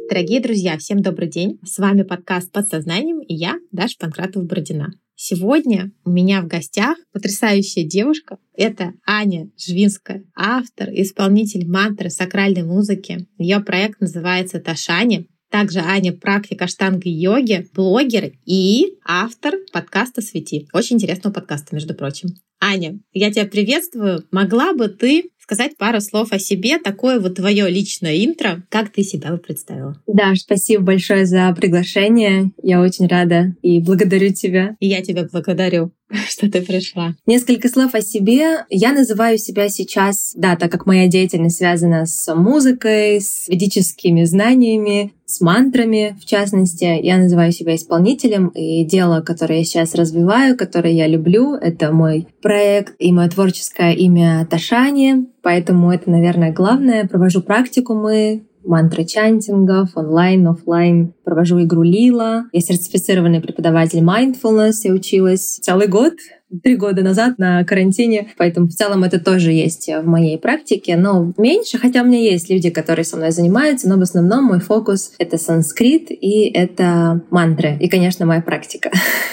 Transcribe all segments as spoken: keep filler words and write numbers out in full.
Дорогие друзья, всем добрый день. С вами подкаст «Подсознанием» и я, Даша Панкратова-Бородина. Сегодня у меня в гостях потрясающая девушка. Это Аня Жвинская, автор и исполнитель мантры сакральной музыки. Ее проект называется «Ташани». Также Аня практик аштанга-йоги, блогер и автор подкаста «Свети». Очень интересного подкаста, между прочим. Аня, я тебя приветствую. Могла бы ты сказать пару слов о себе, такое вот твое личное интро, как ты себя бы представила? Да, спасибо большое за приглашение. Я очень рада и благодарю тебя. И я тебя благодарю, что ты пришла. Несколько слов о себе. Я называю себя сейчас, да, так как моя деятельность связана с музыкой, с ведическими знаниями, с мантрами, в частности, я называю себя исполнителем, и дело, которое я сейчас развиваю, которое я люблю, это мой проект и мое творческое имя Ташани, поэтому это, наверное, главное. Провожу практикумы, мантры-чантингов, онлайн, офлайн. Провожу игру Лила. Я сертифицированный преподаватель mindfulness. Я училась целый год, три года назад на карантине. Поэтому в целом это тоже есть в моей практике, но меньше. Хотя у меня есть люди, которые со мной занимаются, но в основном мой фокус — это санскрит и это мантры. И, конечно, моя практика.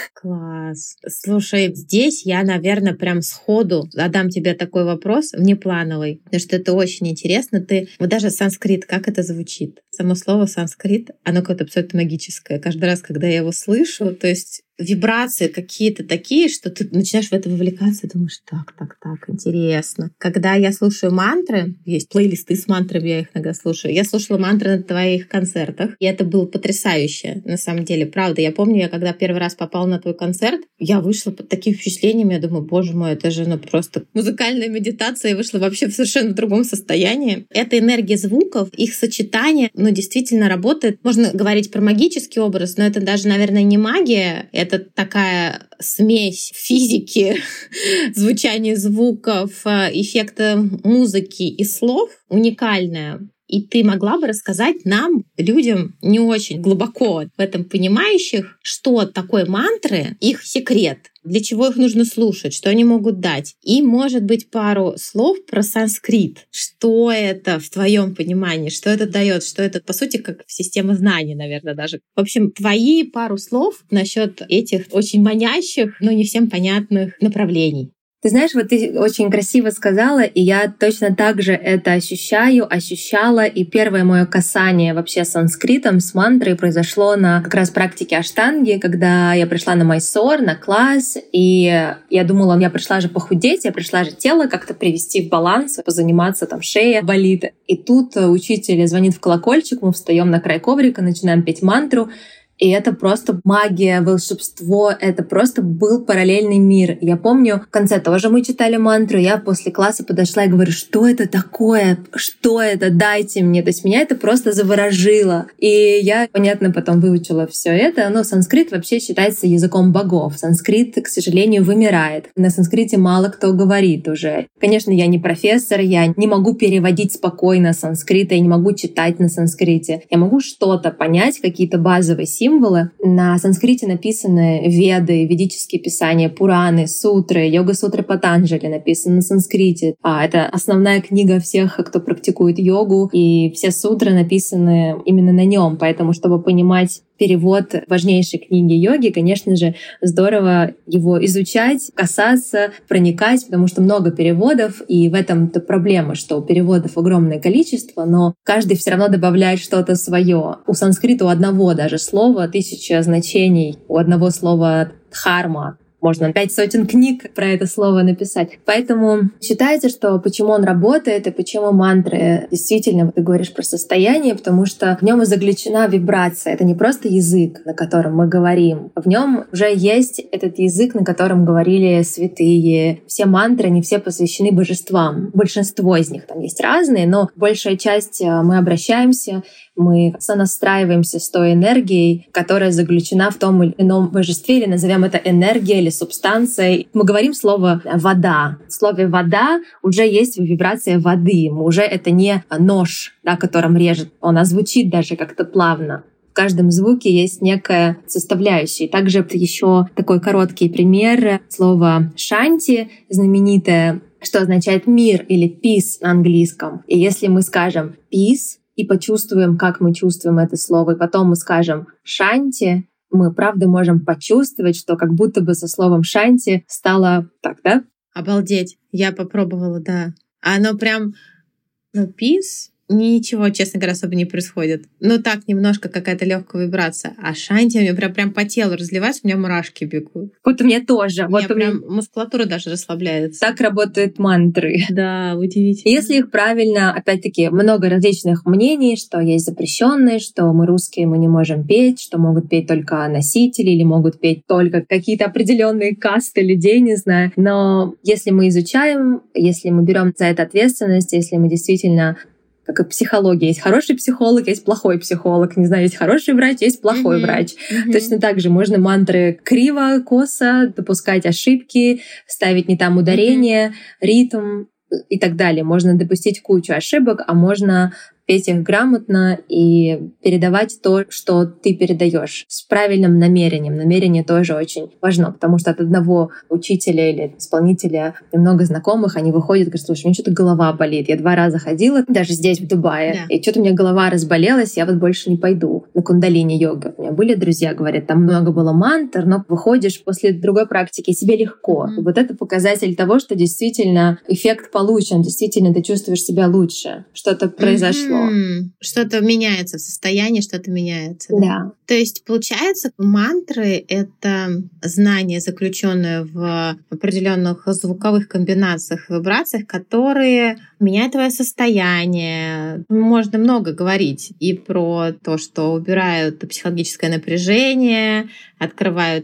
Класс. Слушай, здесь я, наверное, прям сходу задам тебе такой вопрос внеплановый, потому что это очень интересно. Ты вот даже санскрит, как это звучит? Само слово санскрит, оно какое-то абсолютно магическое. Каждый раз, когда я его слышу, то есть вибрации какие-то такие, что ты начинаешь в это вовлекаться и думаешь, так, так, так, интересно. Когда я слушаю мантры, есть плейлисты с мантрами, я их иногда слушаю. Я слушала мантры на твоих концертах, и это было потрясающе, на самом деле, правда. Я помню, я когда первый раз попала на твой концерт, я вышла под таким впечатлением, я думаю, боже мой, это же ну, просто музыкальная медитация, я вышла вообще в совершенно другом состоянии. Это энергия звуков, их сочетание, ну, действительно работает. Можно говорить про магический образ, но это даже, наверное, не магия, это такая смесь физики, звучания звуков, эффекта музыки и слов уникальная. И ты могла бы рассказать нам, людям не очень глубоко в этом понимающих, что такое мантры, их секрет, для чего их нужно слушать, что они могут дать. И, может быть, пару слов про санскрит. Что это в твоем понимании, что это дает, что это, по сути, как система знаний, наверное, даже. В общем, твои пару слов насчет этих очень манящих, но не всем понятных направлений. Ты знаешь, вот ты очень красиво сказала, и я точно так же это ощущаю, ощущала. И первое мое касание вообще санскритом, с мантрой произошло на как раз практике аштанги, когда я пришла на Майсор, на класс, и я думала, я пришла же похудеть, я пришла же тело как-то привести в баланс, позаниматься, там шея болит. И тут учитель звонит в колокольчик, мы встаем на край коврика, начинаем петь мантру. И это просто магия, волшебство, это просто был параллельный мир. Я помню, в конце тоже мы читали мантру, я после класса подошла и говорю, что это такое, что это, дайте мне. То есть меня это просто заворожило. И я, понятно, потом выучила все это, но санскрит вообще считается языком богов. Санскрит, к сожалению, вымирает. На санскрите мало кто говорит уже. Конечно, я не профессор, я не могу переводить спокойно санскрит, я не могу читать на санскрите. Я могу что-то понять, какие-то базовые символы. На санскрите написаны веды, ведические писания, пураны, сутры, йога-сутры Патанджали написаны на санскрите. А это основная книга всех, кто практикует йогу, и все сутры написаны именно на нем. Поэтому, чтобы понимать перевод важнейшей книги йоги, конечно же, здорово его изучать, касаться, проникать, потому что много переводов, и в этом-то проблема, что переводов огромное количество, но каждый все равно добавляет что-то свое. У санскрита у одного даже слова тысяча значений, у одного слова дхарма. Можно пять сотен книг про это слово написать. Поэтому считается, что почему он работает и почему мантры действительно, вот ты говоришь про состояние, потому что в нем и заключена вибрация. Это не просто язык, на котором мы говорим. В нем уже есть этот язык, на котором говорили святые. Все мантры, они все посвящены божествам. Большинство из них там есть разные, но большая часть мы обращаемся, мы сонастраиваемся с той энергией, которая заключена в том или ином божестве, или назовем это энергия или субстанцией. Мы говорим слово «вода». В слове «вода» уже есть вибрация воды. Уже это не нож, да, которым режет. Он звучит даже как-то плавно. В каждом звуке есть некая составляющая. Также еще такой короткий пример. Слово «шанти» знаменитое, что означает «мир» или «peace» на английском. И если мы скажем «peace», и почувствуем, как мы чувствуем это слово, и потом мы скажем «шанти», мы правда можем почувствовать, что как будто бы со словом «шанти» стало так, да? Обалдеть. Я попробовала, да. Оно прям, ну, peace, ничего, честно говоря, особо не происходит. Ну, так, немножко какая-то легкая вибрация. А шанти у меня прям, прям по телу разливается, у меня мурашки бегут. Вот у меня тоже. У вот меня у меня прям мускулатура даже расслабляется. Так работают мантры. Да, удивительно. Если их правильно, опять-таки, много различных мнений, что есть запрещенные, что мы русские, мы не можем петь, что могут петь только носители или могут петь только какие-то определенные касты людей, не знаю. Но если мы изучаем, если мы берем за это ответственность, если мы действительно как и психология. Есть хороший психолог, есть плохой психолог. Не знаю, есть хороший врач, есть плохой mm-hmm. врач. Mm-hmm. Точно так же можно мантры криво, косо, допускать ошибки, ставить не там ударение, mm-hmm. ритм и так далее. Можно допустить кучу ошибок, а можно петь их грамотно и передавать то, что ты передаешь с правильным намерением. Намерение тоже очень важно, потому что от одного учителя или исполнителя много знакомых, они выходят и говорят: слушай, у меня что-то голова болит. Я два раза ходила, даже здесь, в Дубае, да. и что-то у меня голова разболелась, я вот больше не пойду на кундалини-йогу. У меня были друзья, говорят, там много было мантр, но выходишь после другой практики, и тебе легко. Mm-hmm. И вот это показатель того, что действительно эффект получен, действительно ты чувствуешь себя лучше, что-то произошло. Что-то меняется в состоянии, что-то меняется. Да? да. То есть, получается, мантры — это знание, заключенное в определенных звуковых комбинациях и вибрациях, которые меняют твое состояние. Можно много говорить и про то, что убирают психологическое напряжение, открывают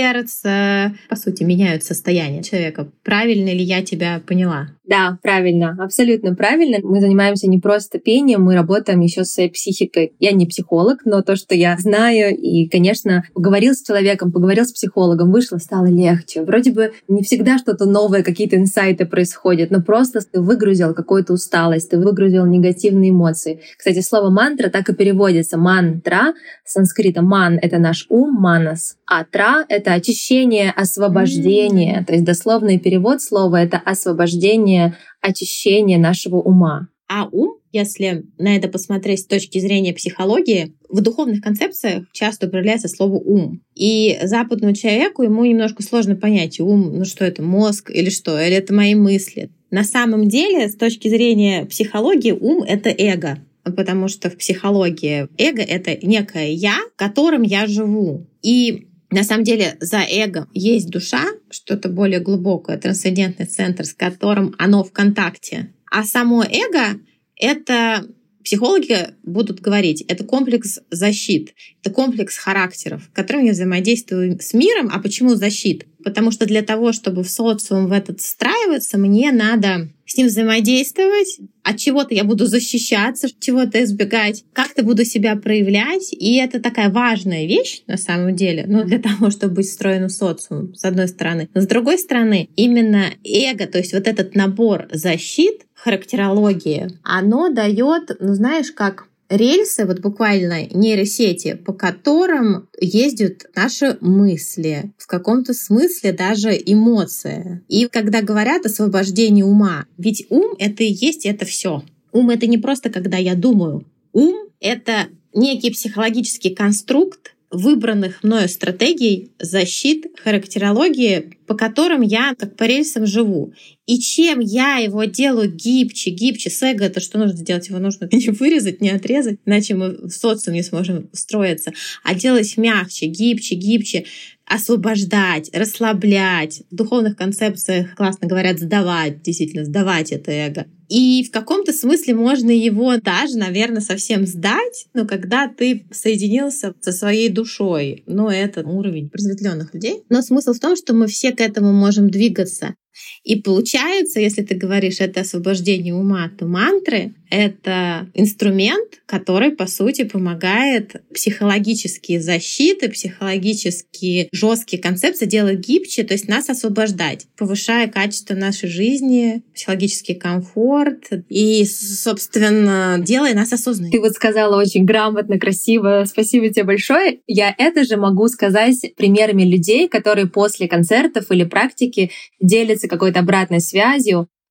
сердце, по сути, меняют состояние человека. Правильно ли я тебя поняла? Да, правильно, абсолютно правильно. Мы занимаемся не просто пением, мы работаем еще с своей психикой. Я не психолог, но то, что я знаю, и, конечно, поговорил с человеком, поговорил с психологом, вышло, стало легче. Вроде бы не всегда что-то новое, какие-то инсайты происходят, но просто ты выгрузил какую-то усталость, ты выгрузил негативные эмоции. Кстати, слово мантра так и переводится. Мантра, с санскрита ман — это наш ум, манас, а тра — это очищение, освобождение. Mm-hmm. То есть дословный перевод слова — это освобождение, очищение нашего ума. А ум, если на это посмотреть с точки зрения психологии, в духовных концепциях часто употребляется слово «ум». И западному человеку ему немножко сложно понять, ум, ну что это, мозг или что, или это мои мысли. На самом деле, с точки зрения психологии, ум — это эго. Потому что в психологии эго — это некое «я», которым я живу. И на самом деле за эго есть душа, что-то более глубокое, трансцендентный центр, с которым оно в контакте. А само эго — это, психологи будут говорить, это комплекс защит, это комплекс характеров, которым я взаимодействую с миром. А почему защит? Потому что для того, чтобы в социум в этот встраиваться, мне надо с ним взаимодействовать, от чего-то я буду защищаться, чего-то избегать, как-то буду себя проявлять. И это такая важная вещь на самом деле, ну, для того, чтобы быть встроенным в социум, с одной стороны. Но с другой стороны, именно эго, то есть вот этот набор защит, характерологии, оно дает, ну, знаешь, как рельсы, вот буквально нейросети, по которым ездят наши мысли, в каком-то смысле даже эмоции. И когда говорят освобождение ума, ведь ум — это и есть это все. Ум — это не просто когда я думаю. Ум — это некий психологический конструкт выбранных мною стратегий защит, характерологии, по которым я как по рельсам живу. И чем я его делаю гибче, гибче, с эго, это что нужно сделать? Его нужно не вырезать, не отрезать, иначе мы в социум не сможем встроиться, а делать мягче, гибче, гибче, освобождать, расслаблять. В духовных концепциях классно говорят сдавать, действительно, сдавать это эго. И в каком-то смысле можно его даже, наверное, совсем сдать, но когда ты соединился со своей душой. Но это уровень просветленных людей. Но смысл в том, что мы все к этому можем двигаться. И получается, если ты говоришь, это освобождение ума, то мантры — это инструмент, который, по сути, помогает психологические защиты, психологические жесткие концепции делать гибче, то есть нас освобождать, повышая качество нашей жизни, психологический комфорт и, собственно, делая нас осознанными. Ты вот сказала очень грамотно, красиво. Спасибо тебе большое. Я это же могу сказать примерами людей, которые после концертов или практики делятся какой-то обратной связью.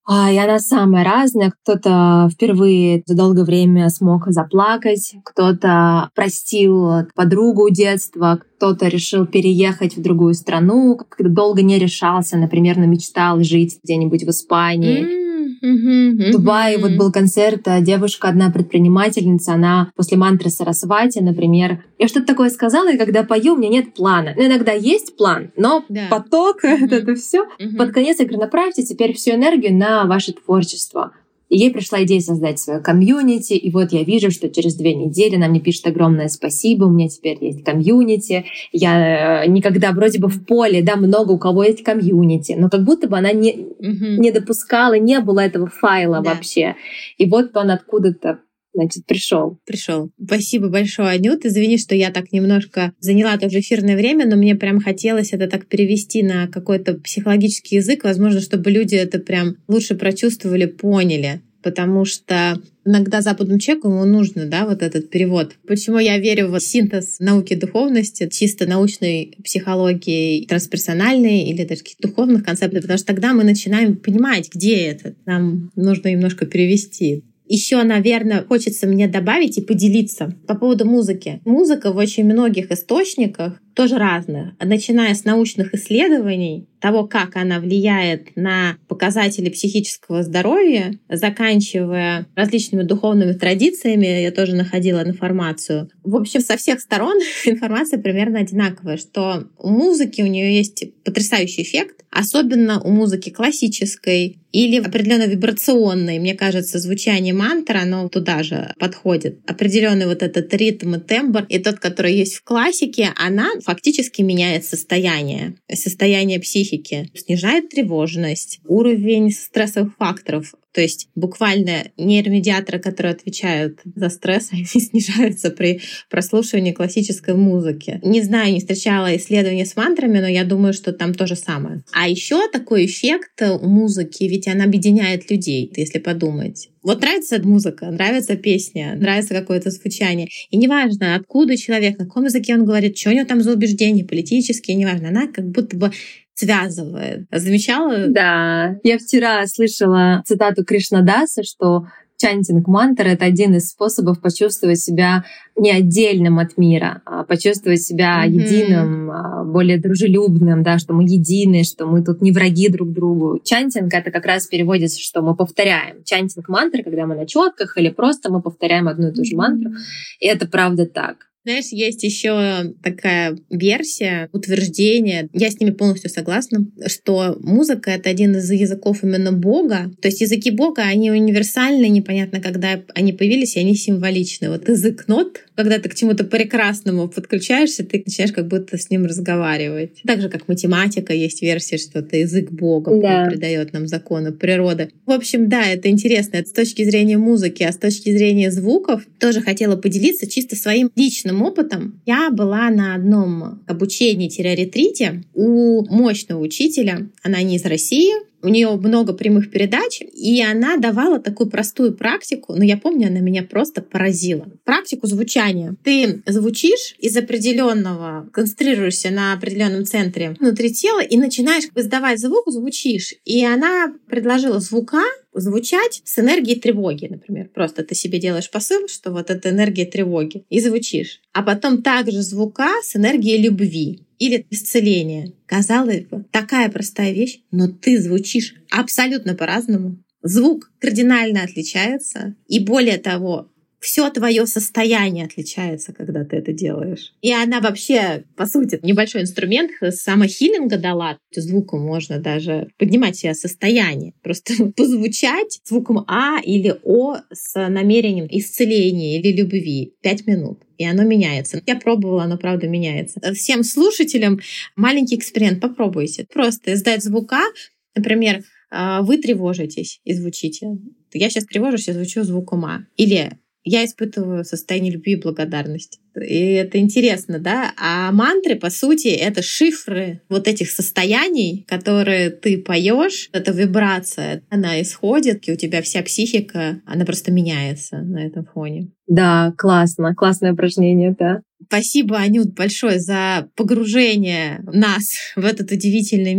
А, и она самая разная. Кто-то впервые за долгое время смог заплакать, кто-то простил подругу детства, кто-то решил переехать в другую страну, когда долго не решался, например, но мечтал жить где-нибудь в Испании. Mm-hmm. В Дубае вот был концерт, девушка, одна предпринимательница, она после мантры Сарасвати, например, я что-то такое сказала, и когда пою, у меня нет плана. Ну, иногда есть план, но Да. поток, Мгм. это все. Мгм. Под конец я говорю, направьте теперь всю энергию на ваше творчество. И ей пришла идея создать свое комьюнити, и вот я вижу, что через две недели она мне пишет огромное спасибо, у меня теперь есть комьюнити, я э, никогда вроде бы в поле, да, много у кого есть комьюнити, но как будто бы она не, Мгм. не допускала, не было этого файла Да. вообще. И вот он откуда-то, значит, пришел. Пришел. Спасибо большое, Анют. Извини, что я так немножко заняла тоже эфирное время, но мне прям хотелось это так перевести на какой-то психологический язык, возможно, чтобы люди это прям лучше прочувствовали, поняли. Потому что иногда западному человеку ему нужно, да, вот этот перевод. Почему я верю в синтез науки духовности, чисто научной психологии, трансперсональной или даже каких-то духовных концептов, потому что тогда мы начинаем понимать, где это. Нам нужно немножко перевести. Еще, наверное, хочется мне добавить и поделиться по поводу музыки. Музыка в очень многих источниках тоже разная, начиная с научных исследований, того, как она влияет на показатели психического здоровья, заканчивая различными духовными традициями, я тоже находила информацию. В общем, со всех сторон информация примерно одинаковая, что у музыки у нее есть потрясающий эффект, особенно у музыки классической или определенно вибрационной. Мне кажется, звучание мантры, оно туда же подходит. Определенный вот этот ритм и тембр, и тот, который есть в классике, она фактически меняет состояние, состояние психики, снижает тревожность, уровень стрессовых факторов. То есть буквально нейромедиаторы, которые отвечают за стресс, они снижаются при прослушивании классической музыки. Не знаю, не встречала исследования с мантрами, но я думаю, что там то же самое. А еще такой эффект у музыки, ведь она объединяет людей, если подумать. Вот нравится музыка, нравится песня, нравится какое-то звучание. И неважно, откуда человек, на каком языке он говорит, что у него там за убеждения политические, неважно, она как будто бы связывает. Замечала? Да, я вчера слышала цитату Кришнадаса, что чантинг мантр — это один из способов почувствовать себя не отдельным от мира, а почувствовать себя Mm-hmm. единым, более дружелюбным, да, что мы едины, что мы тут не враги друг другу. Чантинг — это как раз переводится, что мы повторяем. Чантинг мантры, когда мы на четках, или просто мы повторяем одну и ту же мантру. И это правда так. Знаешь, есть еще такая версия, утверждение, я с ними полностью согласна, что музыка — это один из языков именно Бога. То есть языки Бога, они универсальны, непонятно, когда они появились, и они символичны. Вот язык нот, когда ты к чему-то прекрасному подключаешься, ты начинаешь как будто с ним разговаривать. Так же, как математика, есть версия, что это язык Бога, Да. придает нам законы природы. В общем, да, это интересно. Это с точки зрения музыки, а с точки зрения звуков тоже хотела поделиться чисто своим личным опытом. Я была на одном обучении-ретрите у мощного учителя. Она не из России. У нее много прямых передач, и она давала такую простую практику, но я помню, она меня просто поразила. Практику звучания. Ты звучишь из определенного, концентрируешься на определенном центре внутри тела и начинаешь издавать звук, звучишь. И она предложила звука звучать с энергией тревоги, например. Просто ты себе делаешь посыл, что вот это энергия тревоги, и звучишь. А потом также звука с энергией любви или исцеления. Казалось бы, такая простая вещь, но ты звучишь абсолютно по-разному. Звук кардинально отличается. И более того, все твое состояние отличается, когда ты это делаешь. И она вообще, по сути, небольшой инструмент самохилинга дала. Звуком можно даже поднимать себе состояние. Просто позвучать звуком А или О с намерением исцеления или любви. Пять минут. И оно меняется. Я пробовала, оно правда меняется. Всем слушателям маленький эксперимент. Попробуйте. Просто издать звука. Например, вы тревожитесь и звучите. Я сейчас тревожусь и звучу звуком А. Или я испытываю состояние любви и благодарности. И это интересно, да? А мантры, по сути, это шифры вот этих состояний, которые ты поешь. Это вибрация, она исходит, и у тебя вся психика, она просто меняется на этом фоне. Да, классно. Классное упражнение, да. Спасибо, Анют, большое за погружение нас в этот удивительный мир.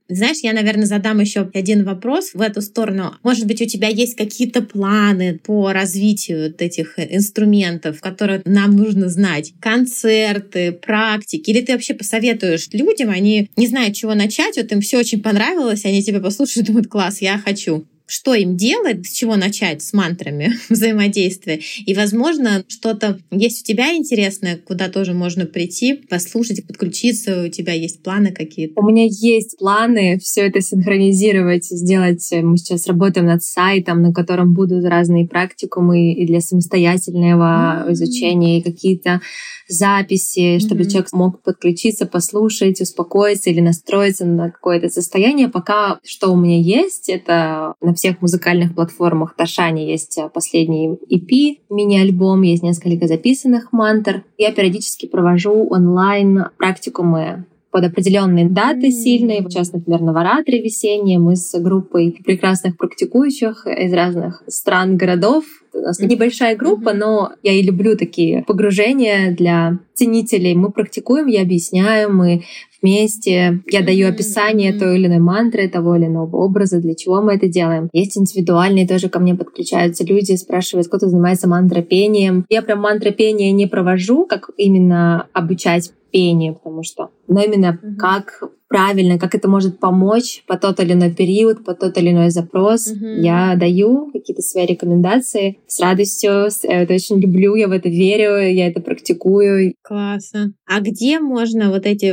Знаешь, я, наверное, задам еще один вопрос в эту сторону. Может быть, у тебя есть какие-то планы по развитию вот этих инструментов, которые нам нужно знать? Концерты, практики? Или ты вообще посоветуешь людям, они не знают, чего начать, вот им все очень понравилось, они тебя послушают и думают: класс, я хочу. Что им делать, с чего начать с мантрами взаимодействия? И, возможно, что-то есть у тебя интересное, куда тоже можно прийти, послушать, подключиться, у тебя есть планы какие-то? У меня есть планы все это синхронизировать, сделать. Мы сейчас работаем над сайтом, на котором будут разные практикумы и для самостоятельного mm-hmm. изучения, и какие-то записи, чтобы mm-hmm. человек мог подключиться, послушать, успокоиться или настроиться на какое-то состояние. Пока что у меня есть, это на всех музыкальных платформах Ташани есть последний и пи, мини-альбом, есть несколько записанных мантр. Я периодически провожу онлайн практикумы под определенные даты mm-hmm. сильные. Сейчас, например, Наваратри весенние. Мы с группой прекрасных практикующих из разных стран, городов. У нас mm-hmm. небольшая группа, mm-hmm. но я и люблю такие погружения для ценителей. Мы практикуем, я объясняю, мы вместе. Я mm-hmm. даю описание mm-hmm. той или иной мантры, того или иного образа, для чего мы это делаем. Есть индивидуальные, тоже ко мне подключаются люди, спрашивают, кто-то занимается мантропением. Я прям мантропение не провожу, как именно обучать пению, потому что, но именно mm-hmm. как правильно, как это может помочь по тот или иной период, по тот или иной запрос. Mm-hmm. Я даю какие-то свои рекомендации с радостью. Я это очень люблю, я в это верю, я это практикую. Классно. А где можно вот эти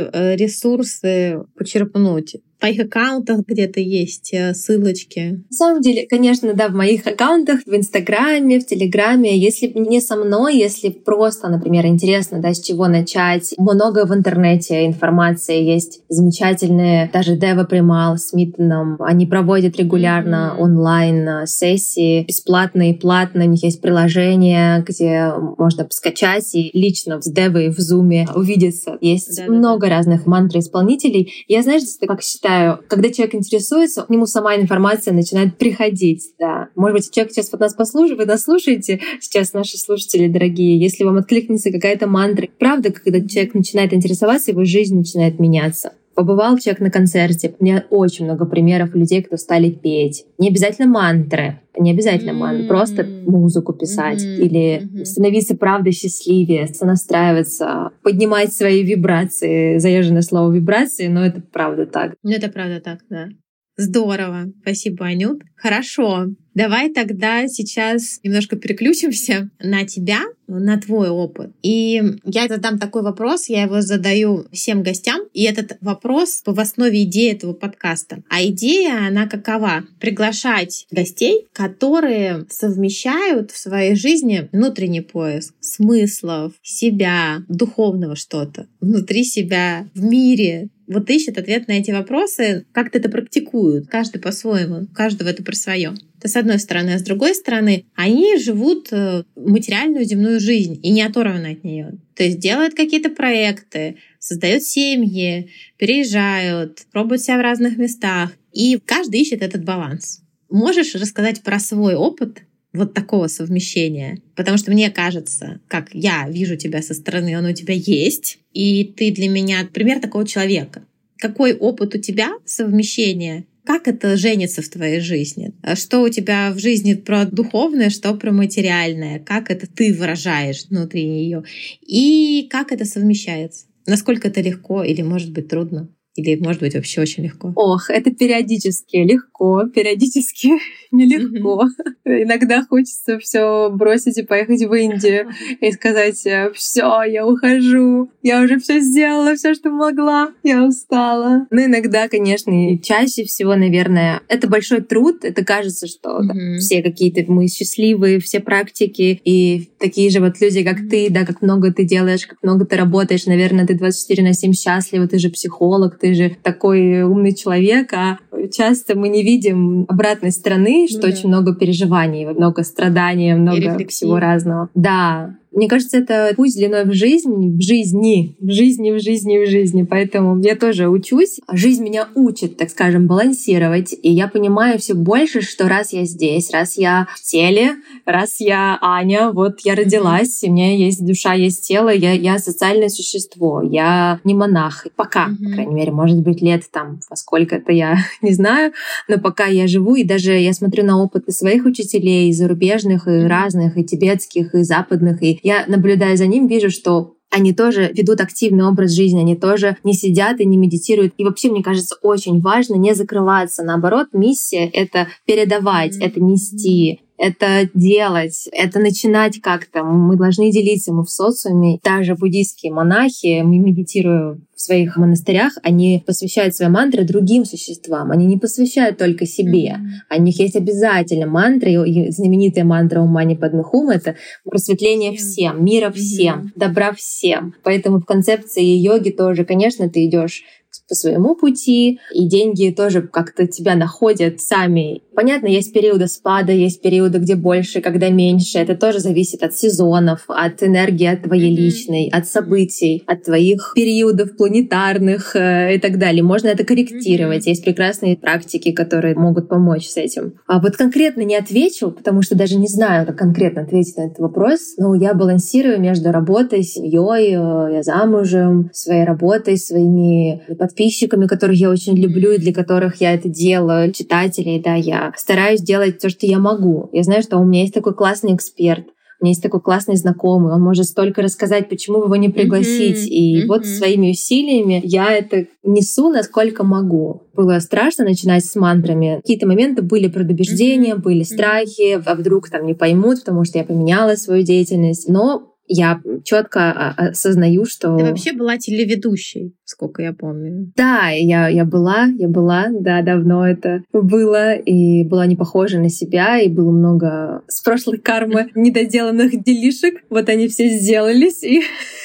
ресурсы почерпнуть? По их аккаунтах где-то есть ссылочки? На самом деле, конечно, да, в моих аккаунтах, в Инстаграме, в Телеграме. Если не со мной, если просто, например, интересно, да, с чего начать. Много в интернете информации есть. Замечательные, даже Дева Примал с Миттоном. Они проводят регулярно mm-hmm. онлайн-сессии, бесплатные, платные. У них есть приложение, где можно скачать и лично с Девой в Зуме увидеться. Есть да, много да, да. разных мантр-исполнителей. Я, знаешь, как считаю, когда человек интересуется, к нему сама информация начинает приходить. Да. Может быть, человек сейчас вот нас послушает, вы нас слушаете сейчас, наши слушатели дорогие, если вам откликнется какая-то мантра. Правда, когда человек начинает интересоваться, его жизнь начинает меняться. Побывал человек на концерте. У меня очень много примеров людей, кто стали петь. Не обязательно мантры, не обязательно mm-hmm. мантры, просто музыку писать mm-hmm. или mm-hmm. становиться правда счастливее, сонастраиваться, поднимать свои вибрации. Заезженное слово вибрации, но это правда так. Ну это правда так, да. Здорово. Спасибо, Анют. Хорошо. Давай тогда сейчас немножко переключимся на тебя, на твой опыт. И я задам такой вопрос, я его задаю всем гостям, и этот вопрос в основе идеи этого подкаста. А идея, она какова? Приглашать гостей, которые совмещают в своей жизни внутренний поиск смыслов, себя, духовного что-то, внутри себя, в мире. Вот ищут ответ на эти вопросы, как-то это практикуют, каждый по-своему, у каждого это про свое. Это с одной стороны. А с другой стороны, они живут материальную земную жизнь и не оторваны от нее. То есть делают какие-то проекты, создают семьи, переезжают, пробуют себя в разных местах. И каждый ищет этот баланс. Можешь рассказать про свой опыт вот такого совмещения? Потому что мне кажется, как я вижу тебя со стороны, он у тебя есть, и ты для меня пример такого человека. Какой опыт у тебя совмещения? Как это женится в твоей жизни? Что у тебя в жизни про духовное, что про материальное? Как это ты выражаешь внутри нее? И как это совмещается? Насколько это легко или, может быть, трудно? Или, может быть, вообще очень легко? Ох, это периодически легко, периодически нелегко. Mm-hmm. Иногда хочется все бросить и поехать в Индию и сказать: все, я ухожу, я уже все сделала, все, что могла, я устала. Но иногда, конечно, и чаще всего, наверное, это большой труд. Это кажется, что mm-hmm. да, все какие-то мы счастливые, все практики, и такие же вот люди, как mm-hmm. ты, да, как много ты делаешь, как много ты работаешь. Наверное, ты двадцать четыре на семь счастлива, ты же психолог, ты Ты же такой умный человек, а часто мы не видим обратной стороны, что ну, да. очень много переживаний, много страданий, много всего разного. Да, Мне кажется, это путь длиной в жизнь, в жизни, в жизни, в жизни, в жизни. Поэтому я тоже учусь. Жизнь меня учит, так скажем, балансировать. И я понимаю все больше, что раз я здесь, раз я в теле, раз я Аня, вот я родилась, у меня есть душа, есть тело, я, я социальное существо, я не монах. Пока, mm-hmm. по крайней мере, может быть, лет там, во сколько-то я не знаю, но пока я живу, и даже я смотрю на опыты своих учителей, и зарубежных, и mm-hmm. разных, и тибетских, и западных, и я, наблюдая за ним, вижу, что они тоже ведут активный образ жизни, они тоже не сидят и не медитируют. И вообще, мне кажется, очень важно не закрываться. Наоборот, миссия — это передавать, mm-hmm. это нести, это делать, это начинать как-то. Мы должны делиться, мы в социуме. Даже буддийские монахи, мы медитируем в своих монастырях, они посвящают свои мантры другим существам. Они не посвящают только себе. Mm-hmm. У них есть обязательно мантры. И знаменитая мантра «Ом Мани Падме Хум» — это просветление всем, всем мира всем, mm-hmm. добра всем. Поэтому в концепции йоги тоже, конечно, ты идешь по своему пути, и деньги тоже как-то тебя находят сами. Понятно, есть периоды спада, есть периоды, где больше, когда меньше. Это тоже зависит от сезонов, от энергии от твоей mm-hmm. личной, от событий, от твоих периодов планетарных э, и так далее. Можно это корректировать. Mm-hmm. Есть прекрасные практики, которые могут помочь с этим. А вот конкретно не отвечу, потому что даже не знаю, как конкретно ответить на этот вопрос, но я балансирую между работой, семьей, э, я замужем, своей работой, своими подписчиками, которых я очень люблю и для которых я это делаю, читателей, да, я стараюсь делать то, что я могу. Я знаю, что у меня есть такой классный эксперт, у меня есть такой классный знакомый, он может столько рассказать, почему его не пригласить. Mm-hmm. И mm-hmm. вот своими усилиями я это несу, насколько могу. Было страшно начинать с мантрами. Какие-то моменты были предубеждения, mm-hmm. были страхи, а вдруг там не поймут, потому что я поменяла свою деятельность. Но я четко осознаю, что... Ты вообще была телеведущей, сколько я помню. Да, я, я была, я была, да, давно это было, и была не похожа на себя, и было много с прошлой кармы недоделанных делишек. Вот они все сделались, и...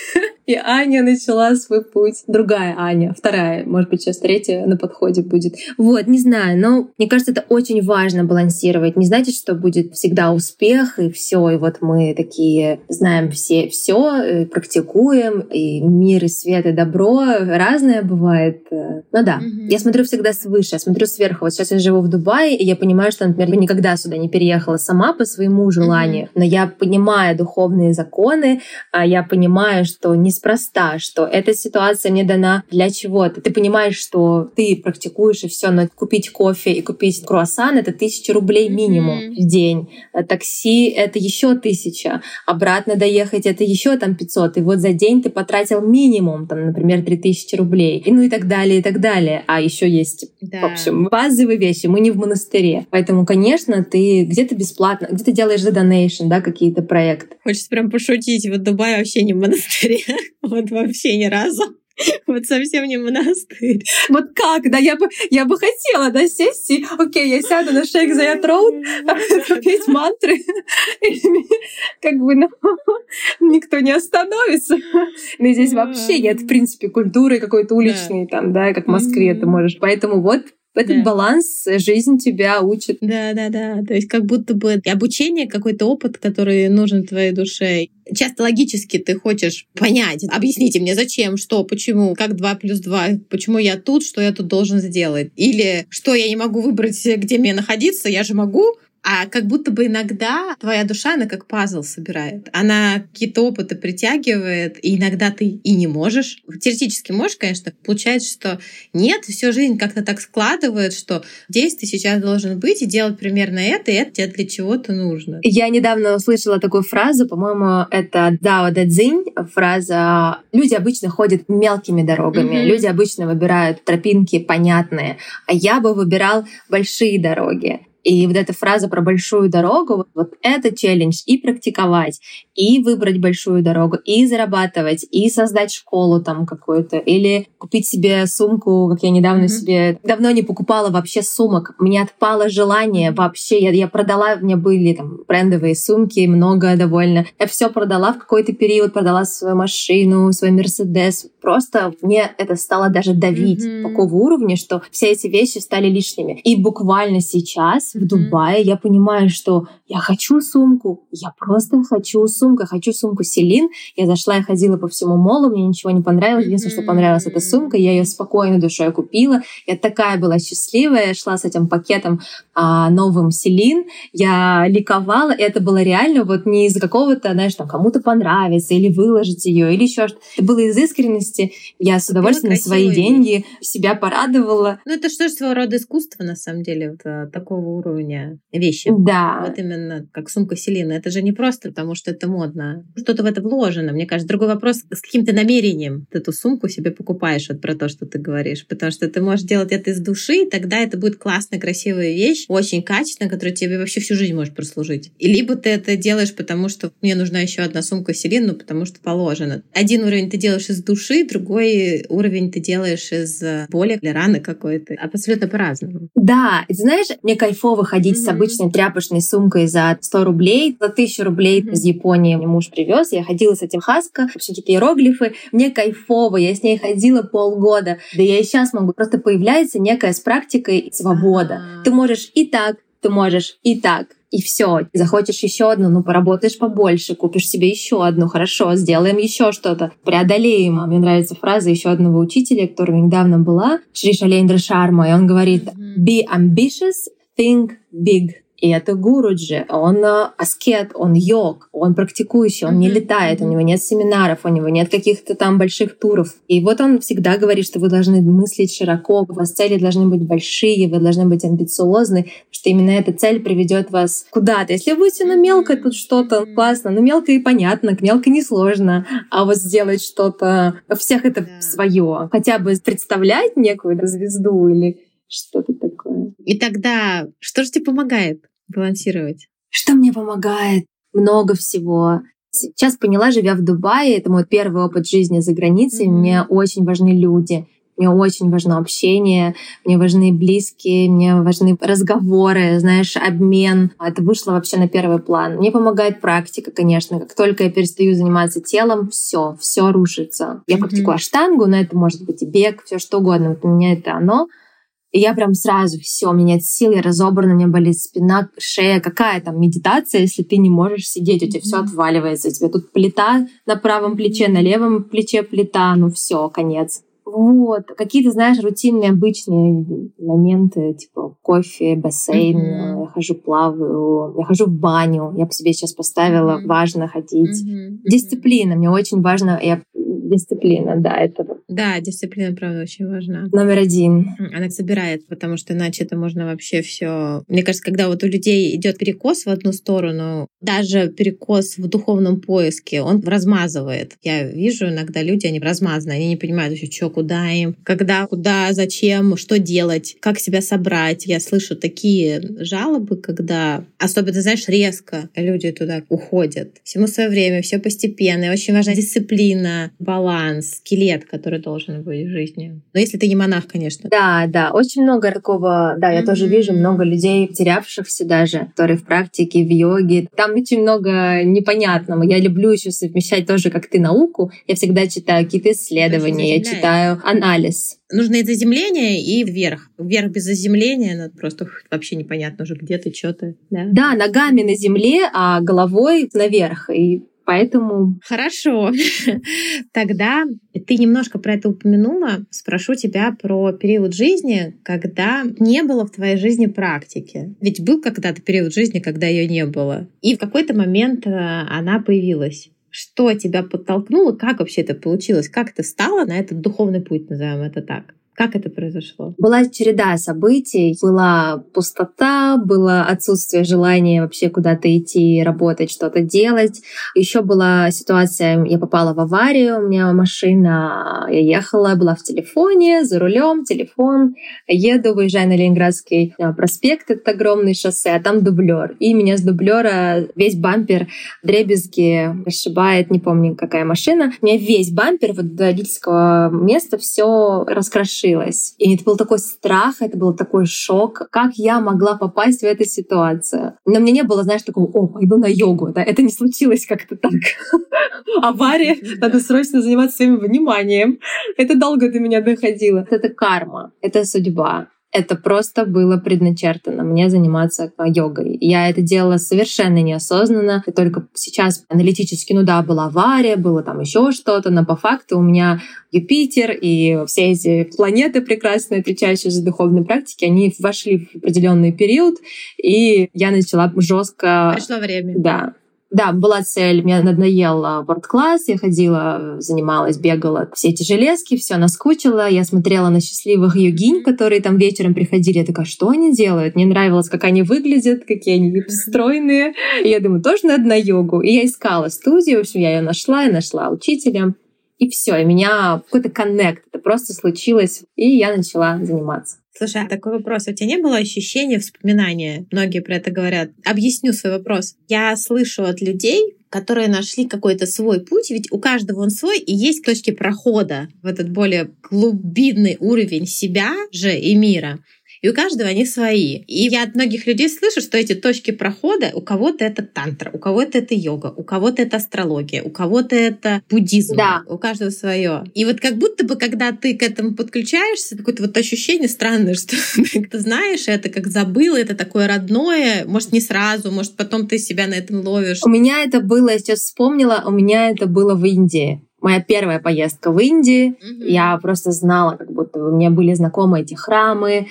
И Аня начала свой путь. Другая Аня, вторая, может быть, сейчас третья на подходе будет. Вот, не знаю, но мне кажется, это очень важно балансировать. Не значит, что будет всегда успех, и все, и вот мы такие знаем все, все, практикуем, и мир, и свет, и добро разное бывает. Ну да, mm-hmm. я смотрю всегда свыше, я смотрю сверху. Вот сейчас я живу в Дубае, и я понимаю, что, например, я никогда сюда не переехала сама по своему желанию, mm-hmm. но я понимаю духовные законы, я понимаю, что не неспроста, что эта ситуация мне дана для чего-то. Ты понимаешь, что ты практикуешь и все, но купить кофе и купить круассан — это тысяча рублей минимум mm-hmm. в день. Такси — это еще тысяча. Обратно доехать — это еще там пятьсот. И вот за день ты потратил минимум, там, например, три тысячи рублей. И ну и так далее, и так далее. А еще есть, да. в общем, базовые вещи. Мы не в монастыре. Поэтому, конечно, ты где-то бесплатно, где-то делаешь за донейшн, да, какие-то проекты. Хочется прям пошутить. Вот Дубай вообще не в монастыре. Вот вообще ни разу. Вот совсем не монастырь. Вот как, да, я бы, я бы хотела, да, сесть и, окей, я сяду на Шейх Зайед Роуд, попеть мантры, как бы, ну, никто не остановится. Но здесь вообще нет, в принципе, культуры какой-то уличной, там, да, как в Москве ты можешь. Поэтому вот этот да. баланс, жизнь тебя учит. Да-да-да. То есть как будто бы обучение, какой-то опыт, который нужен твоей душе. Часто логически ты хочешь понять, объясните мне, зачем, что, почему, как два плюс два, почему я тут, что я тут должен сделать. Или что я не могу выбрать, где мне находиться, я же могу. А как будто бы иногда твоя душа, она как пазл собирает. Она какие-то опыты притягивает, и иногда ты и не можешь. Теоретически можешь, конечно. Получается, что нет, всю жизнь как-то так складывает, что здесь ты сейчас должен быть и делать примерно это, и это тебе для чего-то нужно. Я недавно услышала такую фразу, по-моему, это Дао Дэ Цзинь, фраза «Люди обычно ходят мелкими дорогами, mm-hmm. люди обычно выбирают тропинки понятные, а я бы выбирал большие дороги». И вот эта фраза про большую дорогу, вот это челлендж и практиковать, и выбрать большую дорогу, и зарабатывать, и создать школу там какую-то, или купить себе сумку, как я недавно mm-hmm. себе... Давно не покупала вообще сумок. Мне отпало желание вообще. Я, я продала, у меня были там брендовые сумки, много довольно. Я все продала в какой-то период, продала свою машину, свой Мерседес. Просто мне это стало даже давить mm-hmm. такого уровня, что все эти вещи стали лишними. И буквально сейчас в mm-hmm. Дубае, я понимаю, что я хочу сумку, я просто хочу сумку, я хочу сумку Селин. Я зашла, я ходила по всему молу, мне ничего не понравилось, единственное, mm-hmm. что понравилась эта сумка, я ее спокойной душой купила. Я такая была счастливая, я шла с этим пакетом а, новым Селин, я ликовала, и это было реально вот не из-за какого-то, знаешь, там кому-то понравится или выложить ее, или еще что-то. Это было из искренности. Я с удовольствием на свои вещь. деньги себя порадовала. Ну, это что же своего рода искусство, на самом деле, вот, такого уровня вещи. Да. Вот именно как сумка Селина. Это же не просто потому, что это модно. Что-то в это вложено. Мне кажется, другой вопрос, с каким ты намерением ты эту сумку себе покупаешь, вот про то, что ты говоришь. Потому что ты можешь делать это из души, и тогда это будет классная, красивая вещь, очень качественная, которая тебе вообще всю жизнь может прослужить. И либо ты это делаешь, потому что мне нужна еще одна сумка Селин, ну, потому что положено. Один уровень ты делаешь из души, другой уровень ты делаешь из боли или раны какой-то. Абсолютно по-разному. Да, и знаешь, мне кайфово ходить mm-hmm. с обычной тряпочной сумкой за сто рублей, за тысячу рублей mm-hmm. из Японии мне муж привез. Я ходила с этим хаска, в общем, какие-то иероглифы. Мне кайфово, я с ней ходила полгода. Да я и сейчас могу. Просто появляется некая с практикой свобода. Ah. Ты можешь и так, ты можешь и так. И все. Захочешь еще одну, ну поработаешь побольше, купишь себе еще одну, хорошо, сделаем еще что-то, преодолеем. Мне нравится фраза еще одного учителя, которая недавно была, Шри Шалендра Шарма, и он говорит: be ambitious, think big. И это Гуруджи, он аскет, он йог, он практикующий, он mm-hmm. не летает, у него нет семинаров, у него нет каких-то там больших туров. И вот он всегда говорит, что вы должны мыслить широко, у вас цели должны быть большие, вы должны быть амбициозны, что именно эта цель приведет вас куда-то. Если вы будете, ну, мелко тут что-то, классно, ну, мелко и понятно, мелко несложно, а вот сделать что-то, у всех это yeah. свое, хотя бы представлять некую звезду или что-то такое. И тогда что же тебе помогает балансировать? Что мне помогает? Много всего. Сейчас поняла, живя в Дубае, это мой первый опыт жизни за границей, mm-hmm. мне очень важны люди, мне очень важно общение, мне важны близкие, мне важны разговоры, знаешь, обмен. Это вышло вообще на первый план. Мне помогает практика, конечно. Как только я перестаю заниматься телом, все, все рушится. Я mm-hmm. практикую аштангу, но это может быть и бег, все что угодно. Вот у меня это оно. И я прям сразу все, у меня нет сил, я разобрана, у меня болит спина, шея. Какая там медитация, если ты не можешь сидеть, у тебя mm-hmm. все отваливается, у тебя тут плита на правом плече, на левом плече плита, ну все, конец. Вот. Какие-то, знаешь, рутинные, обычные моменты, типа кофе, бассейн, mm-hmm. я хожу, плаваю, я хожу в баню. Я по себе сейчас поставила, mm-hmm. важно ходить. Mm-hmm. Дисциплина, мне очень важно, я... дисциплина, да, это... Да, дисциплина, правда, очень важна. Номер один. Она собирает, потому что иначе это можно вообще все. Мне кажется, когда вот у людей идет перекос в одну сторону, даже перекос в духовном поиске, он размазывает. Я вижу иногда люди, они размазаны, они не понимают еще, что, куда им, когда, куда, зачем, что делать, как себя собрать. Я слышу такие жалобы, когда, особенно, знаешь, резко люди туда уходят. Всему свое время, все постепенно. И очень важна дисциплина, баланс, скелет, который должен быть в жизни. Но если ты не монах, конечно. Да, да, очень много такого, да, я mm-hmm. тоже вижу много людей, потерявшихся даже, которые в практике, в йоге. Там очень много непонятного. Я люблю еще совмещать тоже, как ты, науку. Я всегда читаю какие-то исследования, я читаю анализ. Нужно и заземление, и вверх. Вверх без заземления, ну, просто вообще непонятно уже, где ты, что ты. Да? Да, ногами на земле, а головой наверх. И поэтому... Хорошо. Тогда ты немножко про это упомянула. Спрошу тебя про период жизни, когда не было в твоей жизни практики. Ведь был когда-то период жизни, когда ее не было. И в какой-то момент она появилась. Что тебя подтолкнуло? Как вообще это получилось? Как ты стала на этот духовный путь, назовем это так? Как это произошло? Была череда событий, была пустота, было отсутствие желания вообще куда-то идти, работать, что-то делать. Еще была ситуация, я попала в аварию, у меня машина, я ехала, была в телефоне, за рулем, телефон, еду, выезжаю на Ленинградский проспект, это огромное шоссе, а там дублер. И меня с дублера весь бампер вдребезги расшибает, не помню, какая машина. У меня весь бампер вот до водительского места все раскрошило. И это был такой страх, это был такой шок. Как я могла попасть в эту ситуацию? Но мне не было, знаешь, такого: о, пойду на йогу. Да? Это не случилось как-то так. Авария, надо срочно заниматься своим вниманием. Это долго до меня доходило. Это карма, это судьба. это просто было предначертано, мне заниматься йогой. Я это делала совершенно неосознанно. И только сейчас аналитически, ну да, была авария, было там еще что-то, но по факту у меня Юпитер и все эти планеты прекрасные, отвечающие за духовные практики, они вошли в определенный период, и я начала жестко. Пришло время. Да. Да, была цель, мне надоел ворд-класс, я ходила, занималась, бегала, все эти железки, все наскучило, я смотрела на счастливых йогинь, которые там вечером приходили, я такая, что они делают? Мне нравилось, как они выглядят, какие они стройные. И я думаю, тоже надо на йогу. И я искала студию, в общем, я ее нашла, я нашла учителя, и все, и у меня какой-то коннект, это просто случилось, и я начала заниматься. Слушай, а такой вопрос. У тебя не было ощущения, вспоминания? Многие про это говорят. Объясню свой вопрос. Я слышу от людей, которые нашли какой-то свой путь, ведь у каждого он свой, и есть точки прохода в этот более глубинный уровень себя же и мира. И у каждого они свои. И я от многих людей слышу, что эти точки прохода, у кого-то это тантра, у кого-то это йога, у кого-то это астрология, у кого-то это буддизм. Да. У каждого свое. И вот как будто бы, когда ты к этому подключаешься, какое-то вот ощущение странное, что ты знаешь это, как забыла, это такое родное, может, не сразу, может, потом ты себя на этом ловишь. У меня это было, я сейчас вспомнила, у меня это было в Индии. Моя первая поездка в Индии, mm-hmm. я просто знала, как будто у меня были знакомы эти храмы,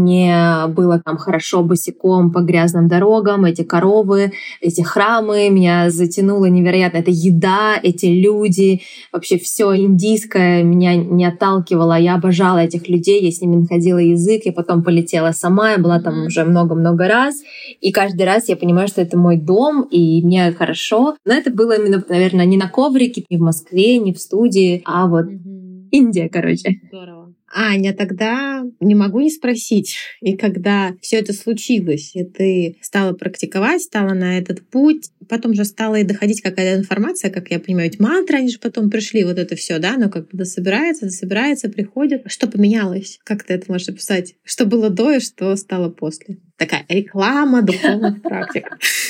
мне было там хорошо босиком по грязным дорогам, эти коровы, эти храмы, меня затянуло невероятно. Это еда, эти люди, вообще все индийское меня не отталкивало. Я обожала этих людей, я с ними находила язык, я потом полетела сама, я была там mm-hmm. уже много-много раз, и каждый раз я понимаю, что это мой дом, и мне хорошо. Но это было именно, наверное, не на коврике, не в Москве, не в студии, а вот mm-hmm. Индия, короче. Здорово. Аня, тогда не могу не спросить. И когда все это случилось, и ты стала практиковать, стала на этот путь, потом же стала и доходить какая-то информация, как я понимаю, ведь мантры, они же потом пришли, вот это все, да, но как бы дособирается, дособирается, приходит. Что поменялось? Как ты это можешь описать? Что было до и что стало после? Такая реклама духовных практик.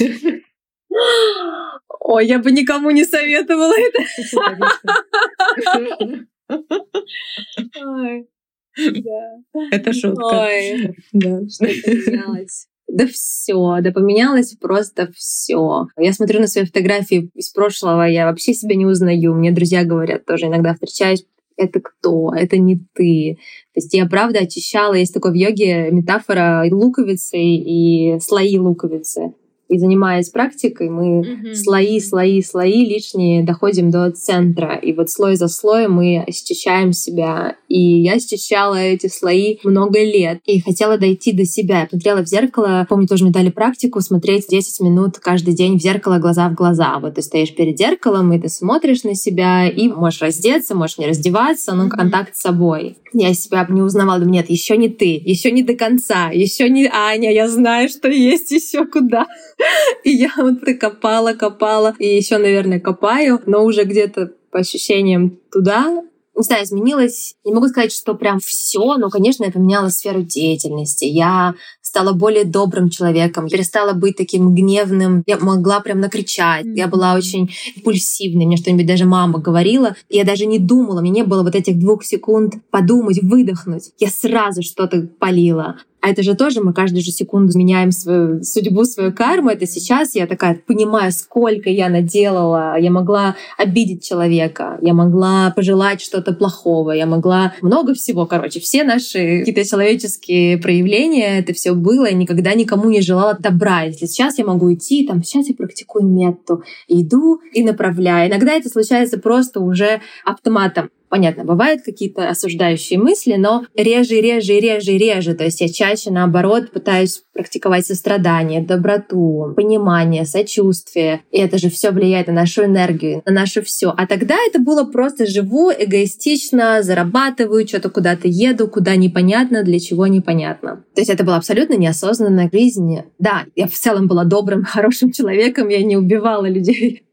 Ой, я бы никому не советовала это. Ой, да. Это шутка. Ой, да. Что поменялось? Да все, да поменялось просто все. Я смотрю на свои фотографии из прошлого, я вообще себя не узнаю. Мне друзья говорят, тоже иногда встречаюсь, это кто? Это не ты. То есть я правда очищала, есть такой в йоге метафора луковицы и слои луковицы. И занимаясь практикой, мы mm-hmm. слои, слои, слои лишние доходим до центра. И вот слой за слоем мы очищаем себя. И я очищала эти слои много лет. И хотела дойти до себя. Я смотрела в зеркало. Помню, тоже мне дали практику смотреть десять минут каждый день в зеркало глаза в глаза. Вот ты стоишь перед зеркалом, и ты смотришь на себя, и можешь раздеться, можешь не раздеваться, но mm-hmm. контакт с собой. Я себя не узнавала. Думаю, нет, еще не ты, еще не до конца, еще не Аня, я знаю, что есть еще куда. И я вот копала, копала, и еще, наверное, копаю, но уже где-то по ощущениям туда. Не знаю, изменилось. Не могу сказать, что прям все, но, конечно, я поменяла сферу деятельности. Я стала более добрым человеком, перестала быть таким гневным. Я могла прям накричать. Mm-hmm. Я была очень импульсивной. Мне что-нибудь даже мама говорила. И я даже не думала. Мне не было вот этих двух секунд подумать, выдохнуть. Я сразу что-то палила. А это же тоже мы каждую же секунду меняем свою судьбу, свою карму. Это сейчас я такая понимаю, сколько я наделала. Я могла обидеть человека, я могла пожелать что-то плохого, я могла много всего. Короче, все наши какие-то человеческие проявления, это все было. Я никогда никому не желала добра. Если сейчас я могу идти, там, сейчас я практикую метту, иду и направляю. Иногда это случается просто уже автоматом. Понятно, бывают какие-то осуждающие мысли, но реже, реже, реже, реже. То есть я чаще, наоборот, пытаюсь практиковать сострадание, доброту, понимание, сочувствие. И это же все влияет на нашу энергию, на наше все. А тогда это было просто живу, эгоистично, зарабатываю, что-то куда-то еду, куда непонятно, для чего непонятно. То есть это была абсолютно неосознанная жизнь. Да, я в целом была добрым, хорошим человеком, я не убивала людей.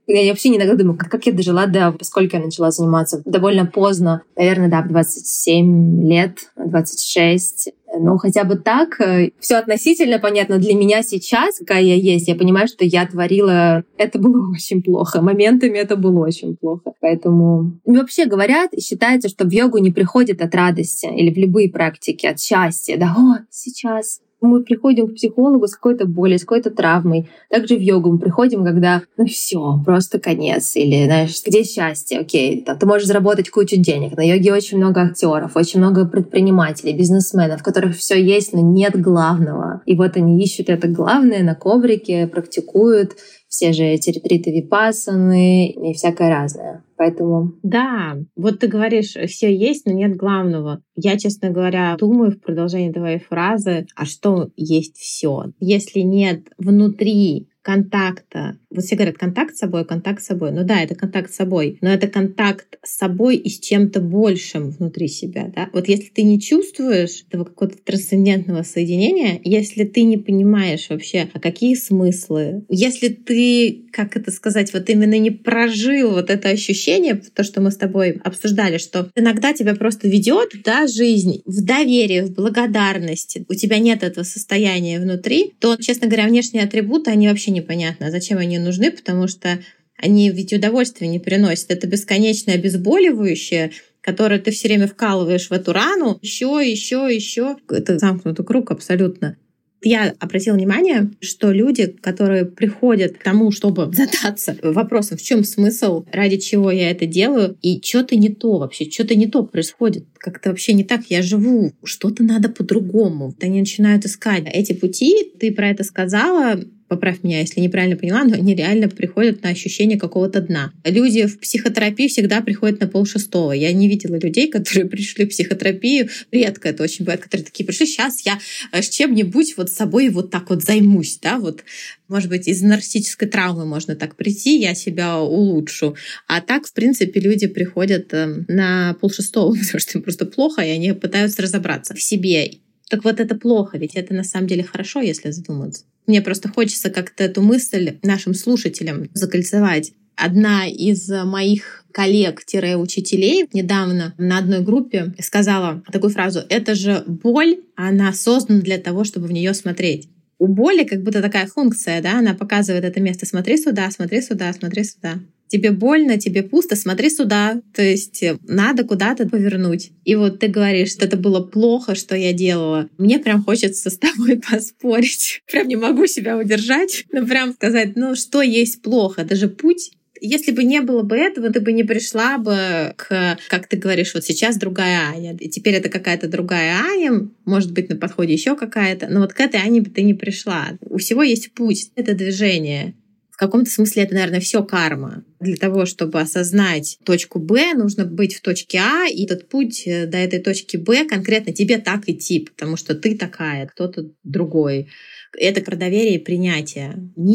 Я вообще иногда думаю, как я дожила до... Сколько я начала заниматься? Довольно поздно. Наверное, да, в двадцать семь лет, двадцать шесть. Ну, хотя бы так. Все относительно понятно. Для меня сейчас, какая я есть, я понимаю, что я творила... Это было очень плохо. Моментами это было очень плохо. Поэтому... Вообще говорят, считается, что в йогу не приходит от радости или в любые практики, от счастья. Да, о, сейчас... Мы приходим к психологу с какой-то болью, с какой-то травмой. Также в йогу мы приходим, когда ну все, просто конец. Или, знаешь, где счастье? Окей, там, ты можешь заработать кучу денег. На йоге очень много актеров, очень много предпринимателей, бизнесменов, у которых все есть, но нет главного. И вот они ищут это главное на коврике, практикуют все же эти ретриты випассаны и всякое разное. Поэтому... Да, вот ты говоришь, все есть, но нет главного. Я, честно говоря, думаю в продолжении твоей фразы, а что есть все? Если нет внутри контакта, вот все говорят, контакт с собой, контакт с собой. Ну да, это контакт с собой, но это контакт с собой и с чем-то большим внутри себя. Да? Вот если ты не чувствуешь этого какого-то трансцендентного соединения, если ты не понимаешь вообще, а какие смыслы, если ты, как это сказать, вот именно не прожил вот это ощущение, то, что мы с тобой обсуждали, что иногда тебя просто ведет, да, жизнь в доверии, в благодарности, у тебя нет этого состояния внутри, то, честно говоря, внешние атрибуты, они вообще непонятно, зачем они нужны, потому что они ведь удовольствия не приносят. Это бесконечное обезболивающее, которое ты все время вкалываешь в эту рану, еще, еще, еще. Это замкнутый круг абсолютно. Я обратила внимание, что люди, которые приходят к тому, чтобы задаться вопросом, в чем смысл, ради чего я это делаю, и что-то не то вообще, что-то не то происходит, как-то вообще не так я живу, что-то надо по-другому. Они начинают искать эти пути. Ты про это сказала. Поправь меня, если неправильно поняла, но они реально приходят на ощущение какого-то дна. Люди в психотерапию всегда приходят на полшестого. Я не видела людей, которые пришли в психотерапию. Редко это очень бывает, которые такие пришли, сейчас я с чем-нибудь вот собой вот так вот займусь. Да? Вот, может быть, из нарциссической травмы можно так прийти, я себя улучшу. А так, в принципе, люди приходят на полшестого, потому что им просто плохо, и они пытаются разобраться в себе. Так вот это плохо, ведь это на самом деле хорошо, если задуматься. Мне просто хочется как-то эту мысль нашим слушателям закольцевать. Одна из моих коллег-учителей недавно на одной группе сказала такую фразу: «Это же боль, она создана для того, чтобы в нее смотреть». У боли как будто такая функция, да, она показывает это место: смотри сюда, смотри сюда, смотри сюда. Тебе больно, тебе пусто, смотри сюда. То есть надо куда-то повернуть. И вот ты говоришь, что это было плохо, что я делала. Мне прям хочется с тобой поспорить. Прям не могу себя удержать. Но прям сказать, ну что есть плохо? Это же путь. Если бы не было бы этого, ты бы не пришла бы к, как ты говоришь, вот сейчас другая Аня. И теперь это какая-то другая Аня, может быть, на подходе еще какая-то. Но вот к этой Ане бы ты не пришла. У всего есть путь. Это движение. В каком-то смысле это, наверное, все карма. Для того, чтобы осознать точку Б, нужно быть в точке А, и этот путь до этой точки Б конкретно тебе так идти, потому что ты такая, кто-то другой. Это про доверие и принятие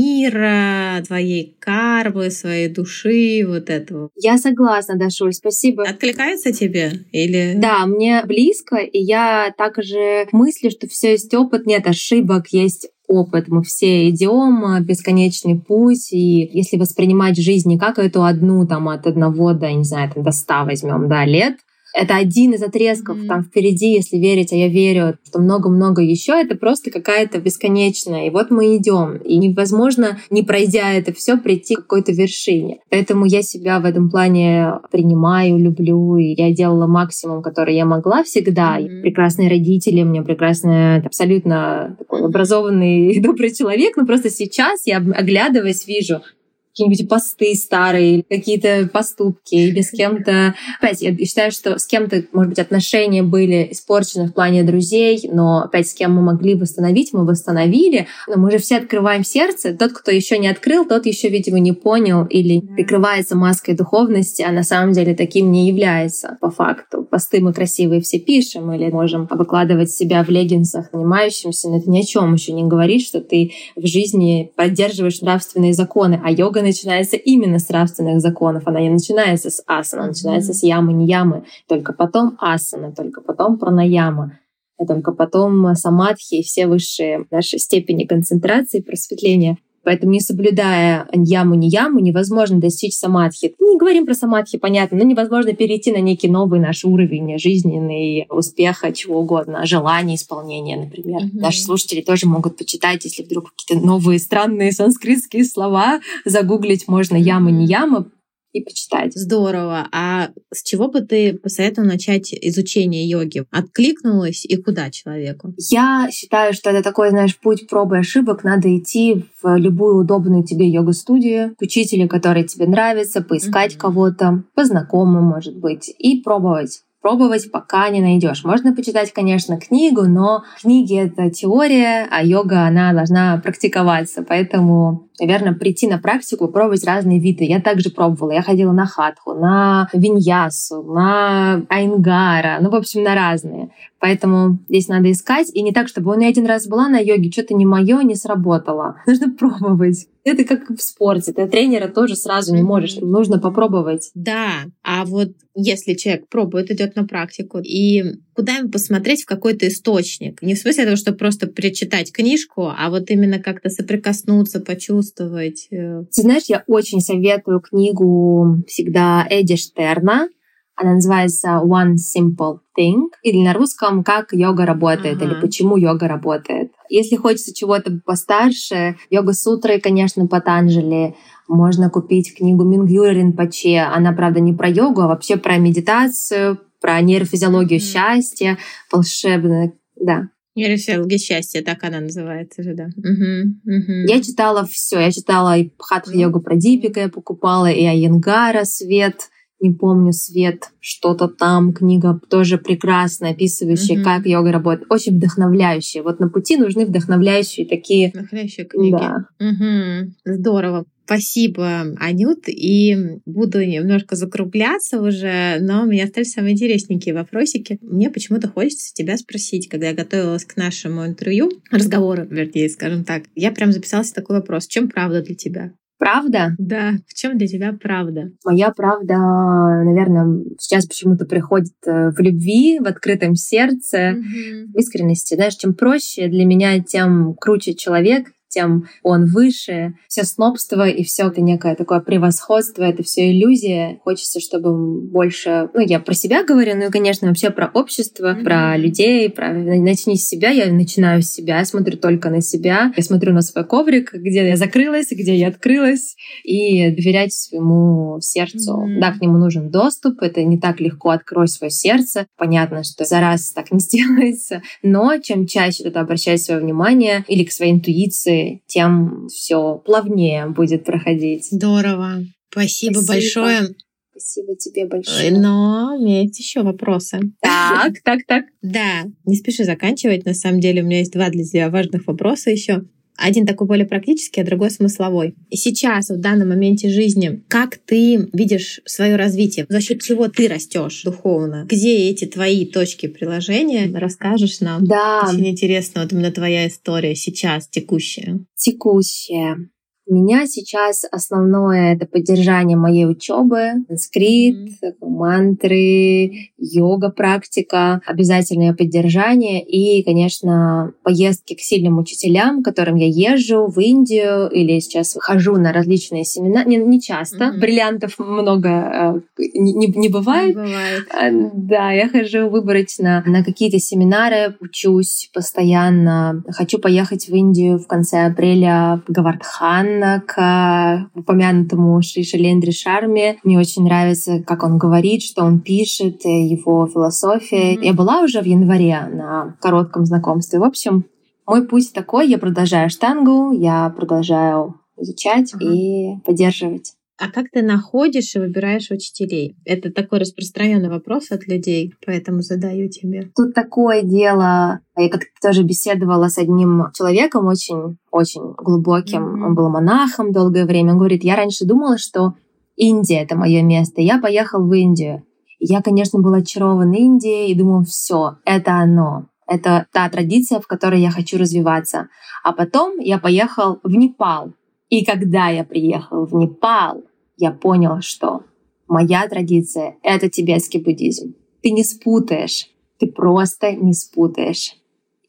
мира, твоей кармы, своей души, вот этого. Я согласна, Дашуль, спасибо. Откликается тебе? Или... Да, мне близко, и я также мыслю, что все есть опыт, нет ошибок, есть опыт. Мы все идем, бесконечный путь, и если воспринимать жизнь не как эту одну, там, от одного до, не знаю, там, до ста возьмем, да, лет, это один из отрезков, mm-hmm. там впереди, если верить, а я верю, что много-много еще, это просто какая-то бесконечная. И вот мы идем, и невозможно, не пройдя это все, прийти к какой-то вершине. Поэтому я себя в этом плане принимаю, люблю, и я делала максимум, который я могла всегда. Mm-hmm. Прекрасные родители, у меня прекрасный, абсолютно такой образованный и добрый человек, но просто сейчас я, оглядываясь, вижу какие-нибудь посты старые, какие-то поступки, или с кем-то... Опять, я считаю, что с кем-то, может быть, отношения были испорчены в плане друзей, но опять с кем мы могли восстановить, мы восстановили. Но мы же все открываем сердце. Тот, кто еще не открыл, тот еще, видимо, не понял или прикрывается маской духовности, а на самом деле таким не является по факту. Посты мы красивые все пишем или можем выкладывать себя в леггинсах, занимающимся, но это ни о чем еще не говорит, что ты в жизни поддерживаешь нравственные законы, а йога начинается именно с нравственных законов. Она не начинается с асана, она начинается с ямы, не ямы. Только потом асана, только потом пранаяма, а только потом самадхи и все высшие наши степени концентрации, просветления. Поэтому, не соблюдая яму-не-яму, невозможно достичь самадхи. Не говорим про самадхи, понятно, но невозможно перейти на некий новый наш уровень жизненный, успеха, чего угодно, желания исполнения, например. Mm-hmm. Наши слушатели тоже могут почитать, если вдруг какие-то новые странные санскритские слова, загуглить можно яма-не-яма и почитать. Здорово. А с чего бы ты посоветовала начать изучение йоги? Откликнулась и куда человеку? Я считаю, что это такой, знаешь, путь проб и ошибок. Надо идти в любую удобную тебе йога-студию, к учителю, который тебе нравится, поискать mm-hmm. кого-то, по знакомым, может быть, и пробовать. Пробовать, пока не найдешь. Можно почитать, конечно, книгу, но книги — это теория, а йога, она должна практиковаться. Поэтому, наверное, прийти на практику, пробовать разные виды. Я также пробовала. Я ходила на хатху, на виньясу, на айнгара, ну, в общем, на разные. Поэтому здесь надо искать. И не так, чтобы я один раз была на йоге, что-то не мое, не сработало. Нужно пробовать. Это как в спорте. Ты тренера тоже сразу не можешь. Нужно попробовать. Да. А вот если человек пробует, идет на практику, и куда ему посмотреть в какой-то источник? Не в смысле того, чтобы просто перечитать книжку, а вот именно как-то соприкоснуться, почувствовать. Ты знаешь, я очень советую книгу всегда Эдди Штерна. Она называется One Simple Thing, или на русском «Как йога работает» ага. или «Почему йога работает». Если хочется чего-то постарше, йога-сутры, конечно, Патанджали. Можно купить книгу Мингюра Ринпоче. Она, правда, не про йогу, а вообще про медитацию, про нейрофизиологию mm-hmm. счастья, волшебное, да. Нейрофизиология счастья, так она называется же, да. Угу, угу. Я читала все. Я читала и Бхатха-йогу Прадипика, я покупала, и Айенгара «Свет». Не помню, «Свет», что-то там, книга тоже прекрасно описывающая, mm-hmm. как йога работает. Очень вдохновляющая. Вот на пути нужны вдохновляющие такие... Вдохновляющие книги. Да. Mm-hmm. Здорово. Спасибо, Анют. И буду немножко закругляться уже, но у меня остались самые интересненькие вопросики. Мне почему-то хочется тебя спросить, когда я готовилась к нашему интервью, разговору, вернее, скажем так, я прям записала себе такой вопрос. В чем правда для тебя? Правда? Да. В чем для тебя правда? Моя правда, наверное, сейчас почему-то приходит в любви, в открытом сердце, mm-hmm. в искренности. Знаешь, чем проще для меня, тем круче человек, тем он выше. Все снобство и все это некое такое превосходство, это все иллюзия. Хочется, чтобы больше... Ну, я про себя говорю, ну и, конечно, вообще про общество, mm-hmm. про людей, про начни с себя. Я начинаю с себя, я смотрю только на себя. Я смотрю на свой коврик, где я закрылась, где я открылась, и доверять своему сердцу. Mm-hmm. Да, к нему нужен доступ, это не так легко. Открой свое сердце. Понятно, что за раз так не сделается, но чем чаще туда обращать свое внимание или к своей интуиции, тем все плавнее будет проходить. Здорово. Спасибо, Спасибо. большое. Спасибо тебе большое. Но у меня есть еще вопросы. Так, так, так. Да, не спеши заканчивать. На самом деле у меня есть два для тебя важных вопроса еще. Один такой более практический, а другой смысловой. И сейчас, в данном моменте жизни, как ты видишь свое развитие? За счет чего ты растешь духовно? Где эти твои точки приложения? Расскажешь нам? Да. Очень интересно, вот именно твоя история сейчас, текущая. Текущая. У меня сейчас основное — это поддержание моей учебы, санскрит, mm-hmm. мантры, йога-практика, обязательное поддержание и, конечно, поездки к сильным учителям, к которым я езжу в Индию или сейчас хожу на различные семинары. Не, не часто, mm-hmm. бриллиантов много не, не, не бывает. Не бывает. Да, я хожу выборочно на какие-то семинары, учусь постоянно. Хочу поехать в Индию в конце апреля в Гавардхан, к упомянутому Шри Шайлендре Шарме. Мне очень нравится, как он говорит, что он пишет, его философия. Mm-hmm. Я была уже в январе на коротком знакомстве. В общем, мой путь такой. Я продолжаю штангу, я продолжаю изучать mm-hmm. и поддерживать. А как ты находишь и выбираешь учителей? Это такой распространенный вопрос от людей, поэтому задаю тебе. Тут такое дело. Я как-то тоже беседовала с одним человеком очень-очень глубоким. Mm-hmm. Он был монахом долгое время. Он говорит, я раньше думала, что Индия — это мое место. Я поехал в Индию. И я, конечно, был очарован Индией и думал, все, это оно. Это та традиция, в которой я хочу развиваться. А потом я поехал в Непал. И когда я приехал в Непал, я понял, что моя традиция — это тибетский буддизм. Ты не спутаешь, ты просто не спутаешь.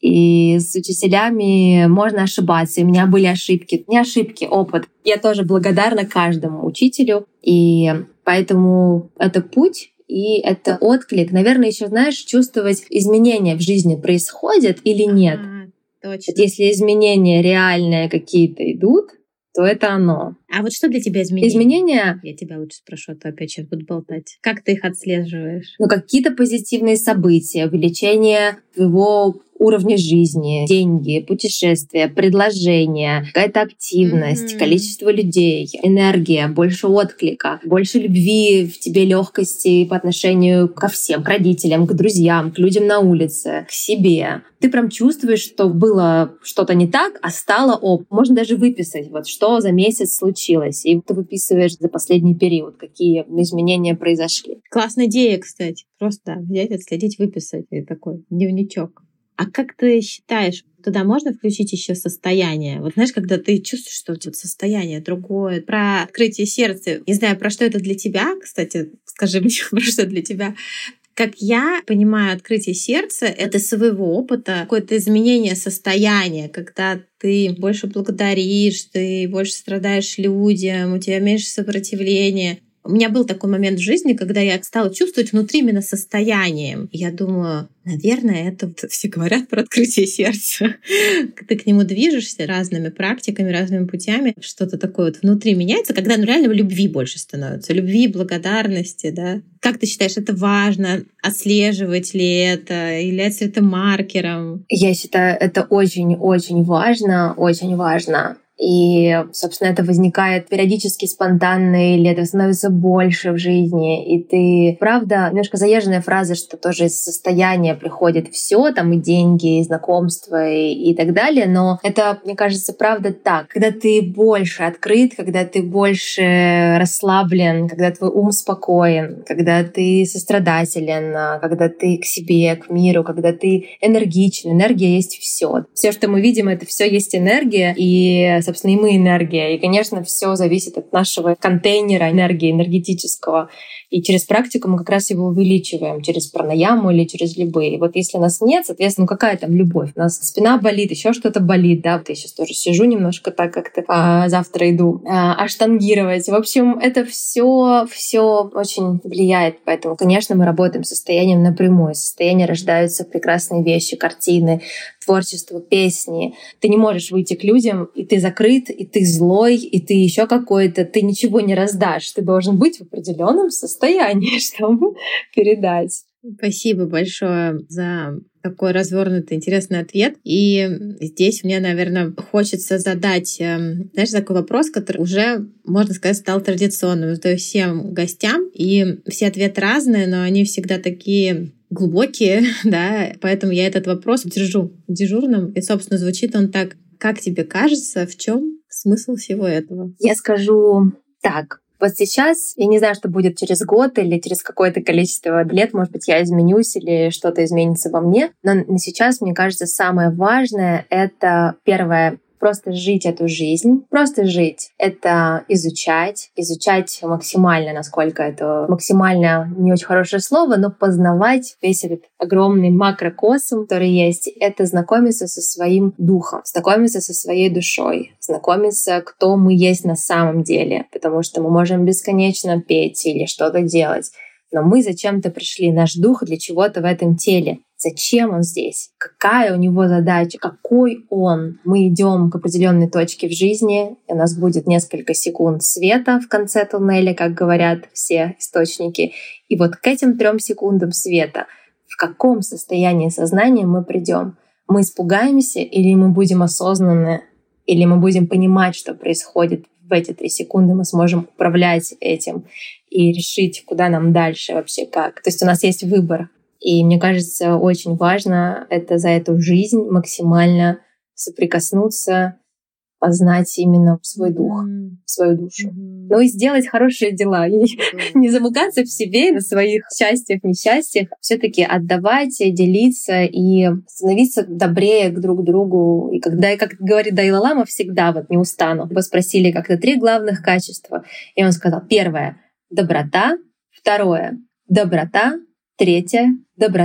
И с учителями можно ошибаться. И у меня были ошибки. Не ошибки, опыт. Я тоже благодарна каждому учителю. И поэтому это путь, и это отклик. Наверное, еще, знаешь, чувствовать, изменения в жизни происходят или нет. Ага, точно. Вот если изменения реальные какие-то идут, то это оно. А вот что для тебя изменения? Изменения... Я тебя лучше спрошу, а то опять сейчас буду болтать. Как ты их отслеживаешь? Ну, какие-то позитивные события, увеличение твоего уровня жизни, деньги, путешествия, предложения, какая-то активность, mm-hmm. количество людей, энергия, больше отклика, больше любви в тебе, легкости по отношению ко всем, к родителям, к друзьям, к людям на улице, к себе. Ты прям чувствуешь, что было что-то не так, а стало ок. Можно даже выписать, вот что за месяц случилось. И ты выписываешь за последний период, какие изменения произошли. Классная идея, кстати. Просто взять, отследить, выписать. И такой дневничок. А как ты считаешь, туда можно включить еще состояние? Вот знаешь, когда ты чувствуешь, что у тебя состояние другое, про открытие сердца. Не знаю, про что это для тебя, кстати, скажи мне, про что это для тебя. Как я понимаю, открытие сердца — это своего опыта, какое-то изменение состояния, когда ты больше благодаришь, ты больше страдаешь людям, у тебя меньше сопротивления. У меня был такой момент в жизни, когда я стала чувствовать внутри именно состоянием. И я думаю, наверное, это вот все говорят про открытие сердца. Ты к нему движешься разными практиками, разными путями. Что-то такое вот внутри меняется, когда ну, реально любви больше становится. Любви, благодарности, да. Как ты считаешь, это важно? Отслеживать ли это? Является ли это маркером? Я считаю, это очень-очень важно, очень важно. И, собственно, это возникает периодически спонтанно, или это становится больше в жизни. И ты, правда, немножко заезженная фраза, что тоже из состояния приходит все, там и деньги, и знакомства, и, и так далее. Но это, мне кажется, правда так. Когда ты больше открыт, когда ты больше расслаблен, когда твой ум спокоен, когда ты сострадателен, когда ты к себе, к миру, когда ты энергичен. Энергия есть все. Все, что мы видим, это все есть энергия. И собственно, и мы энергия. И, конечно, все зависит от нашего контейнера энергии, энергетического. И через практику мы как раз его увеличиваем, через пранаяму или через любые. И вот если нас нет, соответственно, ну какая там любовь? У нас спина болит, еще что-то болит, да, вот я сейчас тоже сижу немножко так как-то, а завтра иду а, аштангировать. В общем, это все, все очень влияет. Поэтому, конечно, мы работаем с состоянием напрямую. Из состояния рождаются прекрасные вещи, картины, творчество, песни. Ты не можешь выйти к людям, и ты закрыт, и ты злой, и ты еще какой-то, ты ничего не раздашь. Ты должен быть в определенном состоянии, чтобы передать. Спасибо большое за такой развернутый, интересный ответ. И здесь мне, наверное, хочется задать, знаешь, такой вопрос, который уже, можно сказать, стал традиционным. Задаю всем гостям, и все ответы разные, но они всегда такие глубокие, да, поэтому я этот вопрос держу дежурным. И, собственно, звучит он так: как тебе кажется, в чем смысл всего этого? Я скажу так. Вот сейчас, я не знаю, что будет через год или через какое-то количество лет, может быть, я изменюсь или что-то изменится во мне, но на сейчас, мне кажется, самое важное — это первое — просто жить эту жизнь, просто жить. Это изучать, изучать максимально, насколько это максимально не очень хорошее слово, но познавать весь этот огромный макрокосм, который есть. Это знакомиться со своим духом, знакомиться со своей душой, знакомиться, кто мы есть на самом деле, потому что мы можем бесконечно петь или что-то делать, но мы зачем-то пришли, наш дух для чего-то в этом теле. Зачем он здесь? Какая у него задача? Какой он? Мы идем к определенной точке в жизни, и у нас будет несколько секунд света в конце туннеля, как говорят все источники. И вот к этим трем секундам света в каком состоянии сознания мы придем? Мы испугаемся, или мы будем осознанны, или мы будем понимать, что происходит в эти три секунды, мы сможем управлять этим и решить, куда нам дальше вообще как. То есть у нас есть выбор. И мне кажется, очень важно это за эту жизнь максимально соприкоснуться, познать именно свой дух, mm-hmm. свою душу. Mm-hmm. Ну и сделать хорошие дела. Mm-hmm. Не замыкаться в себе, на своих счастьях, несчастьях. Все-таки отдавать, делиться и становиться добрее к друг другу. И когда, как говорит Далай-Лама, всегда вот не устану. Его спросили как-то три главных качества. И он сказал: первое — доброта, второе — доброта, третье — доброта.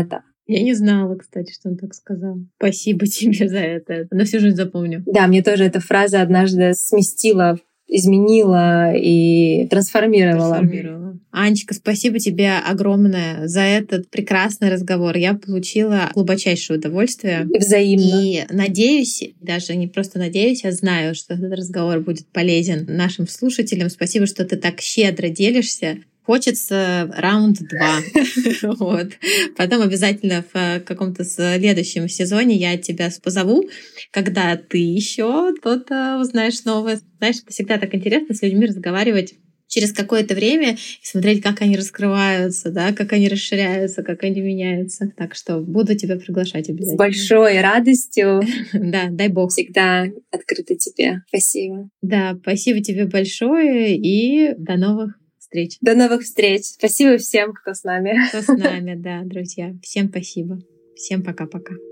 Я не знала, кстати, что он так сказал. Спасибо тебе за это. На всю жизнь запомню. Да, мне тоже эта фраза однажды сместила, изменила и трансформировала. трансформировала. Анечка, спасибо тебе огромное за этот прекрасный разговор. Я получила глубочайшее удовольствие. И взаимно. И надеюсь, даже не просто надеюсь, а знаю, что этот разговор будет полезен нашим слушателям. Спасибо, что ты так щедро делишься. Хочется раунд два. Вот. Потом обязательно в каком-то следующем сезоне я тебя позову, когда ты еще что-то узнаешь новое. Знаешь, это всегда так интересно с людьми разговаривать через какое-то время и смотреть, как они раскрываются, да, как они расширяются, как они меняются. Так что буду тебя приглашать обязательно. С большой радостью. Да, дай бог. Всегда открыта тебе. Спасибо. Да, спасибо тебе большое и до новых встреч. До новых встреч. Спасибо всем, кто с нами. Кто с нами, да, друзья. Всем спасибо. Всем пока-пока.